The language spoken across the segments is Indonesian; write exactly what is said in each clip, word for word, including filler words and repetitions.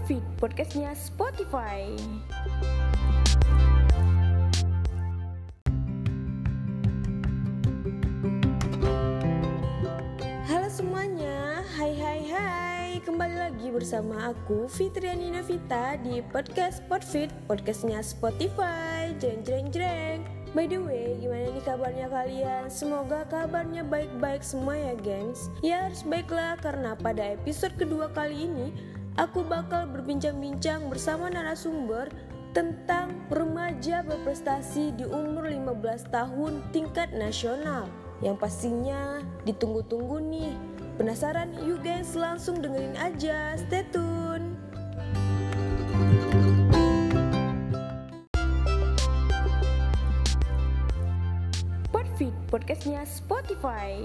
Podfeed, podcastnya Spotify. Halo semuanya, hai hai hai. Kembali lagi bersama aku Fitriani Novita di podcast Podfeed, podcastnya Spotify. Jreng jreng jreng. By the way, gimana nih kabarnya kalian? Semoga kabarnya baik-baik semua ya gengs. Ya harus baiklah karena pada episode kedua kali ini aku bakal berbincang-bincang bersama narasumber tentang remaja berprestasi di umur lima belas tahun tingkat nasional. Yang pastinya ditunggu-tunggu nih. Penasaran? Yuk guys, langsung dengerin aja. Stay tune. Podfeed, podcastnya Spotify.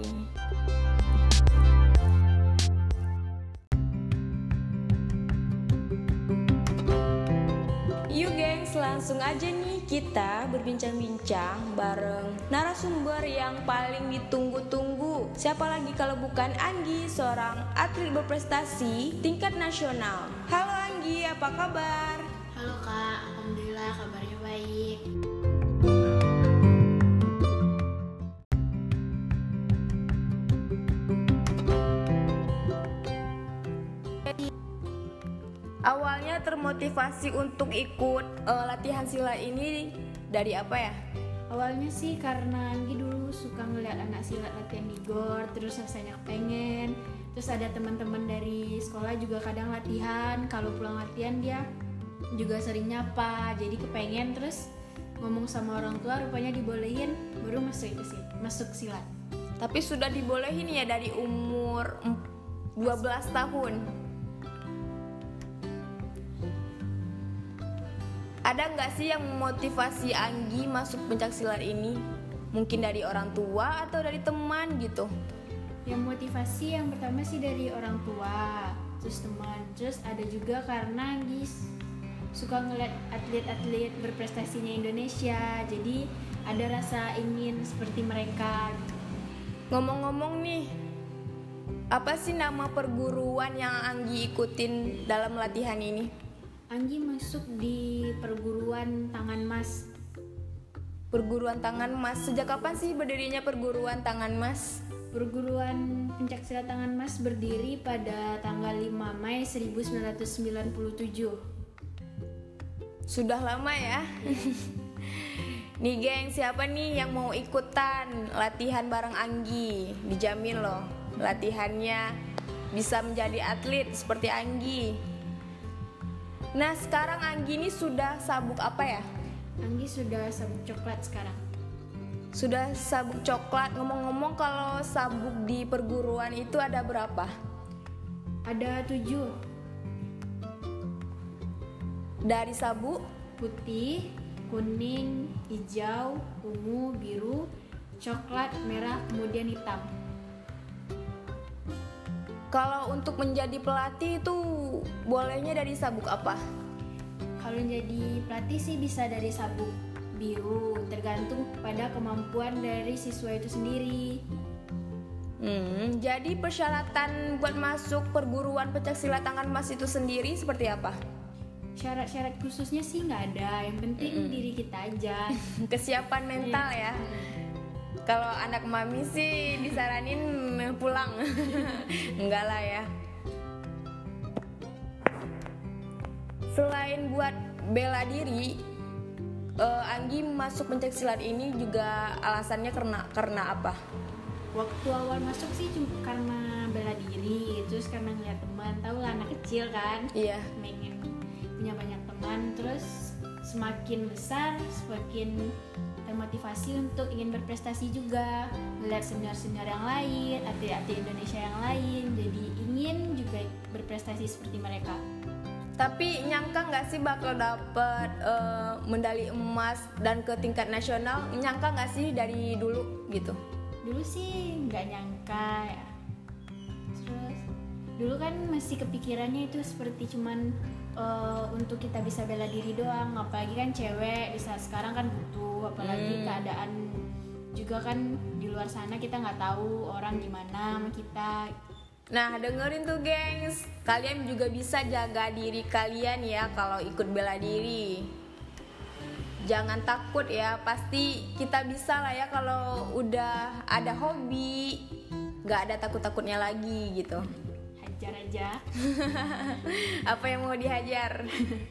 Yuk gengs, langsung aja nih kita berbincang-bincang bareng narasumber yang paling ditunggu-tunggu. Siapa lagi kalau bukan Anggi, seorang atlet berprestasi tingkat nasional. Halo Anggi, apa kabar? Halo Kak, alhamdulillah kabarnya baik. Awalnya termotivasi untuk ikut uh, latihan silat ini dari apa ya? Awalnya sih karena Anggi dulu suka ngeliat anak silat latihan di gor, terus rasanya pengen. Terus ada teman-teman dari sekolah juga kadang latihan, kalau pulang latihan dia juga sering nyapa, jadi kepengen. Terus ngomong sama orang tua, rupanya dibolehin, baru masuk itu sih, masuk silat. Tapi sudah dibolehin ya dari umur dua belas tahun. Ada nggak sih yang memotivasi Anggi masuk pencaksilat ini? Mungkin dari orang tua atau dari teman gitu? Yang motivasi yang pertama sih dari orang tua, terus teman, terus ada juga karena Anggi suka ngeliat atlet-atlet berprestasinya Indonesia, jadi ada rasa ingin seperti mereka. Ngomong-ngomong nih, apa sih nama perguruan yang Anggi ikutin dalam latihan ini? Anggi masuk di perguruan Tangan Mas. Perguruan Tangan Mas. Sejak kapan sih berdirinya perguruan Tangan Mas? Perguruan pencaksilat Tangan Mas berdiri pada tanggal lima Mei seribu sembilan ratus sembilan puluh tujuh. Sudah lama ya. Nih geng, siapa nih yang mau ikutan latihan bareng Anggi? Dijamin loh, latihannya bisa menjadi atlet seperti Anggi. Nah sekarang Anggi ini sudah sabuk apa ya? Anggi sudah sabuk coklat sekarang. Sudah sabuk coklat. Ngomong-ngomong, kalau sabuk di perguruan itu ada berapa? Ada tujuh. Dari sabuk? Putih, kuning, hijau, ungu, biru, coklat, merah, kemudian hitam. Kalau untuk menjadi pelatih itu bolehnya dari sabuk apa? Kalau jadi pelatih sih bisa dari sabuk biru, tergantung pada kemampuan dari siswa itu sendiri. Hmm, jadi persyaratan buat masuk perguruan pencaksilat Tangan Mas itu sendiri seperti apa? Syarat-syarat khususnya sih nggak ada, yang penting Mm-mm. diri kita aja. Kesiapan mental ya. Kalau anak mami sih disaranin pulang. Enggak lah ya. Selain buat bela diri, uh, Anggi masuk pencaksilat ini juga alasannya karena karena apa? Waktu awal masuk sih cuma karena bela diri, terus karena ngeliat teman, tahu lah anak kecil kan. Iya. Pengen punya banyak teman, terus semakin besar semakin termotivasi untuk ingin berprestasi juga, melihat senior-senior yang lain, atlet-atlet Indonesia yang lain, jadi ingin juga berprestasi seperti mereka. Tapi nyangka nggak sih bakal dapet uh, medali emas dan ke tingkat nasional? Nyangka nggak sih dari dulu gitu? Dulu sih nggak nyangka ya. Terus dulu kan masih kepikirannya itu seperti cuman uh, untuk kita bisa bela diri doang, apalagi kan cewek bisa, sekarang kan butuh, apalagi hmm. keadaan juga kan di luar sana kita nggak tahu orang gimana sama kita. Nah, dengerin tuh gengs, kalian juga bisa jaga diri kalian ya kalau ikut bela diri. Jangan takut ya, pasti kita bisa lah ya kalau udah ada hobi, gak ada takut-takutnya lagi gitu. Hajar aja. Apa yang mau dihajar?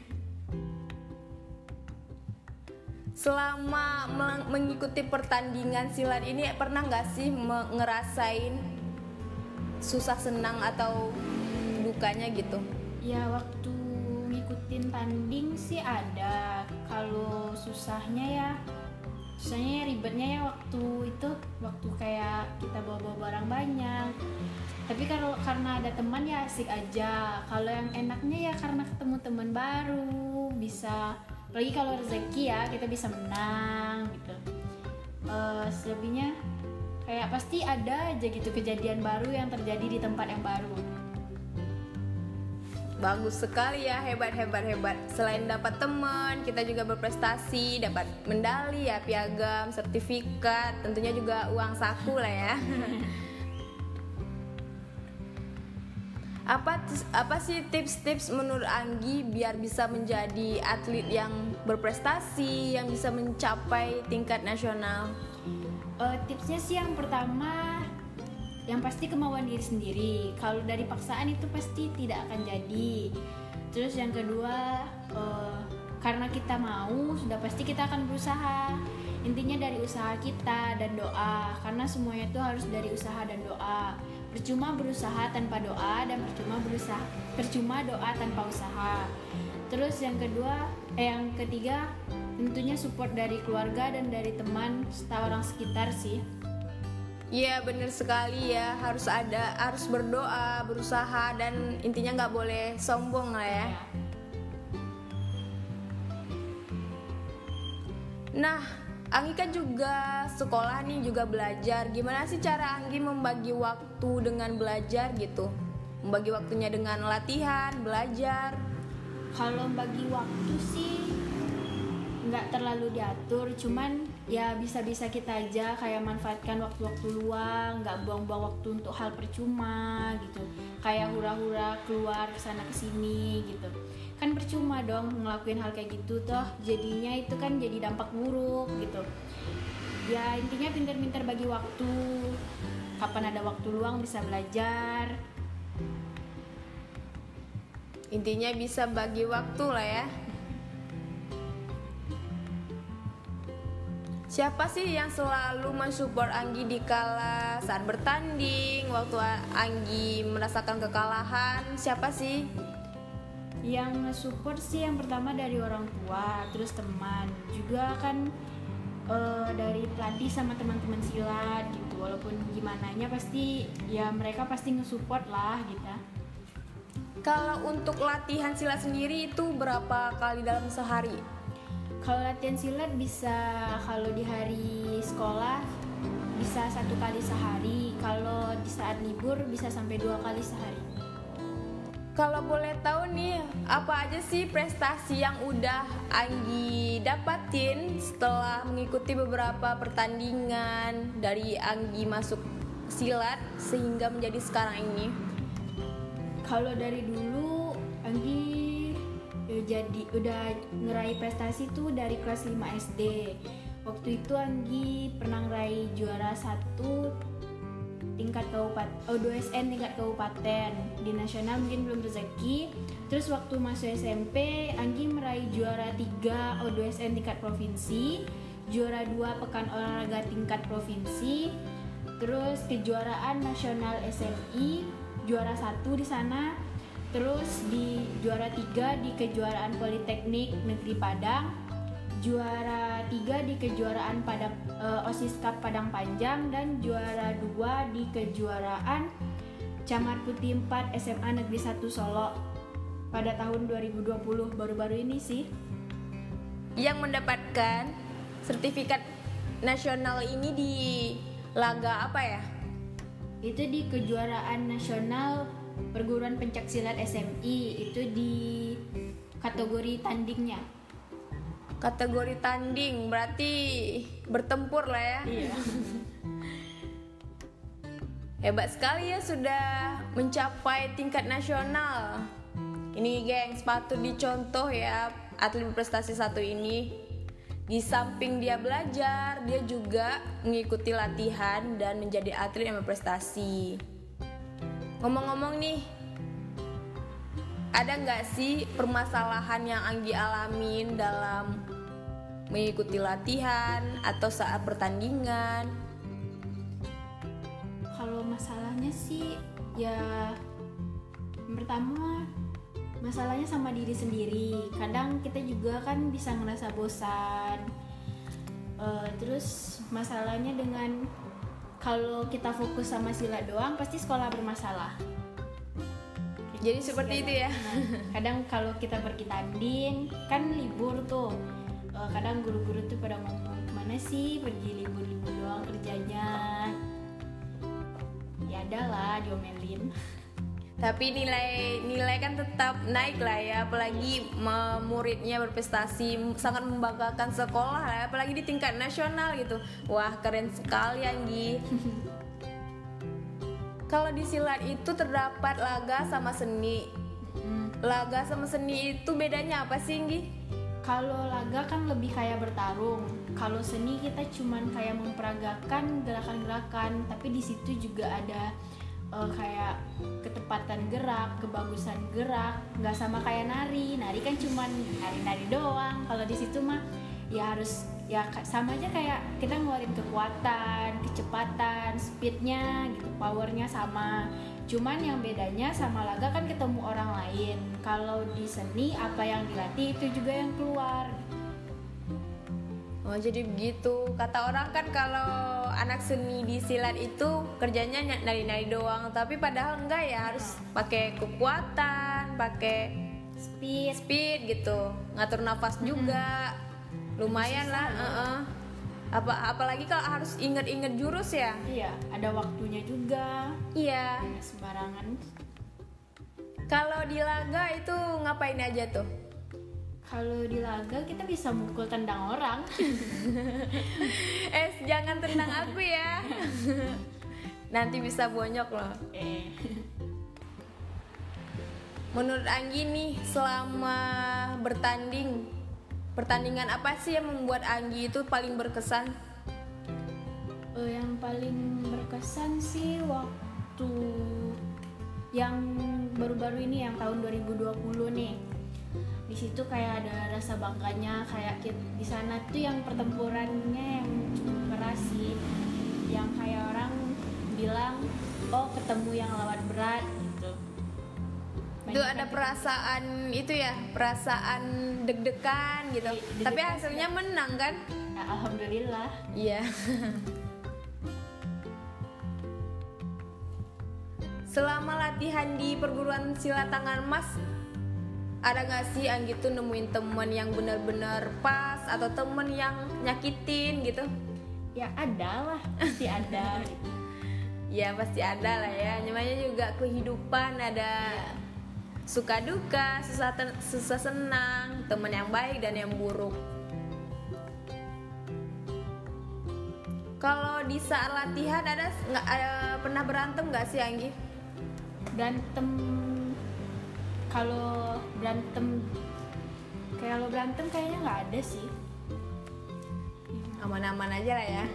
Selama mengikuti pertandingan silat ini pernah gak sih ngerasain susah senang atau dukanya gitu? Ya waktu ngikutin tanding sih ada. Kalau susahnya ya susahnya ya ribetnya ya waktu itu, waktu kayak kita bawa-bawa barang banyak. Tapi kalau karena ada teman ya asik aja. Kalau yang enaknya ya karena ketemu teman baru, bisa, apalagi kalau rezeki ya kita bisa menang gitu. Uh, selebihnya kayak pasti ada aja gitu kejadian baru yang terjadi di tempat yang baru. Bagus sekali ya, hebat hebat hebat. Selain dapat teman, kita juga berprestasi, dapat medali ya, piagam, sertifikat, tentunya juga uang saku lah ya. Apa apa sih tips-tips menurut Anggi biar bisa menjadi atlet yang berprestasi, yang bisa mencapai tingkat nasional? Uh, tipsnya sih yang pertama, yang pasti kemauan diri sendiri. Kalau dari paksaan itu pasti tidak akan jadi. Terus yang kedua, uh, karena kita mau, sudah pasti kita akan berusaha. Intinya dari usaha kita dan doa, karena semuanya itu harus dari usaha dan doa. Percuma berusaha tanpa doa dan percuma berusaha, percuma doa tanpa usaha. Terus yang kedua, eh yang ketiga, tentunya support dari keluarga dan dari teman serta orang sekitar sih. Iya benar sekali ya, harus ada, harus berdoa, berusaha, dan intinya nggak boleh sombong lah ya. Nah, Anggi kan juga sekolah nih, juga belajar. Gimana sih cara Anggi membagi waktu dengan belajar gitu? Membagi waktunya dengan latihan, belajar. Kalau bagi waktu sih nggak terlalu diatur, cuman ya bisa-bisa kita aja kayak manfaatkan waktu-waktu luang, nggak buang-buang waktu untuk hal percuma gitu, kayak hura-hura keluar kesana kesini gitu. Kan percuma dong ngelakuin hal kayak gitu, toh jadinya itu kan jadi dampak buruk gitu. Ya intinya pinter-pinter bagi waktu, kapan ada waktu luang bisa belajar. Intinya bisa bagi waktu lah ya. Siapa sih yang selalu mensupport Anggi di kala saat bertanding, waktu Anggi merasakan kekalahan? Siapa sih? Yang nge-support sih yang pertama dari orang tua, terus teman. Juga kan uh, dari pelatih sama teman-teman silat gitu. Walaupun gimananya pasti ya mereka pasti nge-support lah gitu. Kalau untuk latihan silat sendiri itu berapa kali dalam sehari? Kalau latihan silat bisa, kalau di hari sekolah bisa satu kali sehari, kalau di saat libur bisa sampai dua kali sehari. Kalau boleh tahu nih, apa aja sih prestasi yang udah Anggi dapatin setelah mengikuti beberapa pertandingan dari Anggi masuk silat sehingga menjadi sekarang ini? Kalau dari dulu Anggi jadi udah ngeraih prestasi tuh dari kelas lima S D. Waktu itu Anggi pernah ngeraih juara satu tingkat kabupaten, O dua S N tingkat kabupaten. Di nasional mungkin belum rezeki. Terus waktu masuk S M P Anggi meraih juara tiga O dua S N tingkat provinsi, juara dua pekan olahraga tingkat provinsi, terus kejuaraan nasional S M I juara satu di sana. Terus di juara tiga di kejuaraan Politeknik Negeri Padang, juara tiga di kejuaraan pada uh, OSIS Cup Padang Panjang, dan juara dua di kejuaraan Camar Putih empat S M A Negeri satu Solo pada tahun dua ribu dua puluh, baru-baru ini sih. Yang mendapatkan sertifikat nasional ini di laga apa ya? Itu di kejuaraan nasional perguruan pencaksilat S M I, itu di kategori tandingnya. Kategori tanding berarti bertempur lah ya. Iya. Hebat sekali ya sudah mencapai tingkat nasional. Ini gengs, patut dicontoh ya atlet berprestasi satu ini. Di samping dia belajar, dia juga mengikuti latihan dan menjadi atlet yang berprestasi. Ngomong-ngomong nih, ada nggak sih permasalahan yang Anggi alamin dalam mengikuti latihan atau saat pertandingan? Kalau masalahnya sih ya yang pertama masalahnya sama diri sendiri. Kadang kita juga kan bisa ngerasa bosan. Uh, terus masalahnya dengan kalau kita fokus sama silat doang pasti sekolah bermasalah. Jadi seperti itu ya. Nah, kadang kalau kita pergi tanding kan libur tuh. Uh, kadang guru-guru tuh pada ngomong mana sih pergi libur-libur doang kerjanya. Ya adalah diomelin. Tapi nilai nilai kan tetap naik lah ya, apalagi muridnya berprestasi, sangat membanggakan sekolah lah, apalagi di tingkat nasional gitu. Wah, keren sekali Anggi. Kalau di silat itu terdapat laga sama seni. Laga sama seni itu bedanya apa sih Anggi? Kalau laga kan lebih kayak bertarung. Kalau seni kita cuman kayak memperagakan gerakan-gerakan, tapi di situ juga ada Uh, kayak ketepatan gerak, kebagusan gerak, nggak sama kayak nari. Nari kan cuman nari-nari doang. Kalau di situ mah ya harus ya sama aja kayak kita ngeluarin kekuatan, kecepatan, speednya gitu, powernya sama. Cuman yang bedanya sama laga kan ketemu orang lain. Kalau di seni apa yang dilatih itu juga yang keluar. Oh, jadi begitu. Kata orang kan kalau anak seni di silat itu kerjanya nari-nari doang, tapi padahal enggak ya, harus pakai kekuatan, pakai speed, speed gitu, ngatur nafas juga. Lumayan lah, uh-uh. Apa apalagi kalau harus inget-inget jurus ya. Iya, ada waktunya juga. Iya. Sembarangan. Kalau di laga itu ngapain aja tuh? Kalau di laga kita bisa mukul tendang orang. Eh, jangan tendang aku ya. Nanti bisa bonyok loh. Eh. Menurut Anggi nih, selama bertanding, pertandingan apa sih yang membuat Anggi itu paling berkesan? Uh, yang paling berkesan sih waktu yang baru-baru ini, yang tahun dua ribu dua puluh nih. Di situ kayak ada rasa bangganya, kayak di sana tuh yang pertempurannya yang cukup keras sih, yang kayak orang bilang oh ketemu yang lawan berat gitu. Itu ada perasaan itu ya, perasaan deg-degan gitu. Deg-degan. Tapi hasilnya menang kan? Ya, alhamdulillah. Iya. Selama latihan di perguruan silat tangan emas, ada gak sih Anggi tuh nemuin temen yang benar-benar pas atau temen yang nyakitin gitu? Ya ada lah, pasti ada. Ya pasti ada lah ya, namanya juga kehidupan, ada ya. Suka duka, susah, ten- susah senang, temen yang baik dan yang buruk. Kalau di saat latihan ada nggak ada pernah berantem nggak sih Anggi? Berantem, kalau berantem kayak lo berantem kayaknya nggak ada sih. Aman-aman aja lah ya.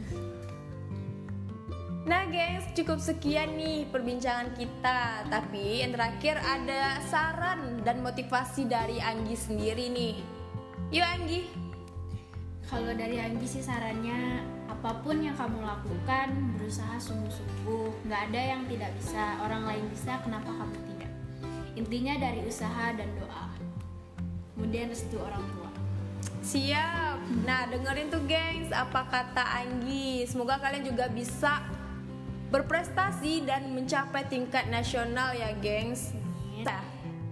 Nah gengs, cukup sekian nih perbincangan kita. Tapi yang terakhir ada saran dan motivasi dari Anggi sendiri nih. Yuk Anggi. Kalau dari Anggi sih sarannya, apapun yang kamu lakukan berusaha sungguh-sungguh. Nggak ada yang tidak bisa, orang lain bisa, kenapa kamu tidak? Intinya dari usaha dan doa, kemudian restu orang tua. Siap. Nah dengerin tuh gengs apa kata Anggi. Semoga kalian juga bisa berprestasi dan mencapai tingkat nasional ya gengs. Nah.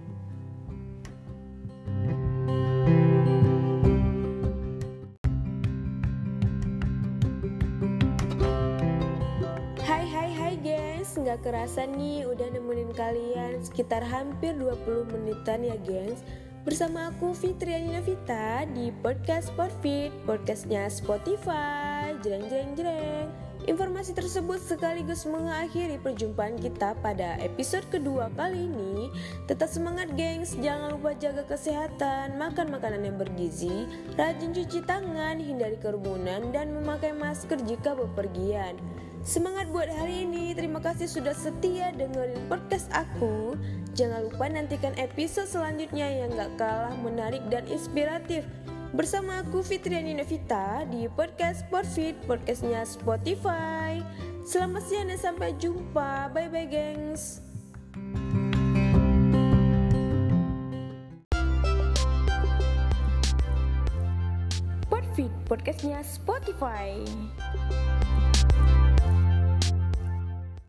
Hai hai hai gengs, nggak kerasa nih udah nemenin kalian sekitar hampir dua puluh menitan ya gengs. Bersama aku Fitriani Navita di podcast Sportfit, podcastnya Spotify. Jreng jreng jreng. Informasi tersebut sekaligus mengakhiri perjumpaan kita pada episode kedua kali ini. Tetap semangat gengs, jangan lupa jaga kesehatan, makan makanan yang bergizi, rajin cuci tangan, hindari kerumunan, dan memakai masker jika bepergian. Semangat buat hari ini, terima kasih sudah setia dengerin podcast aku. Jangan lupa nantikan episode selanjutnya yang gak kalah menarik dan inspiratif. Bersama aku Fitriani Novita di podcast Sportfit, podcastnya Spotify. Selamat siang dan sampai jumpa. Bye bye gengs. Sportfit, podcastnya Spotify.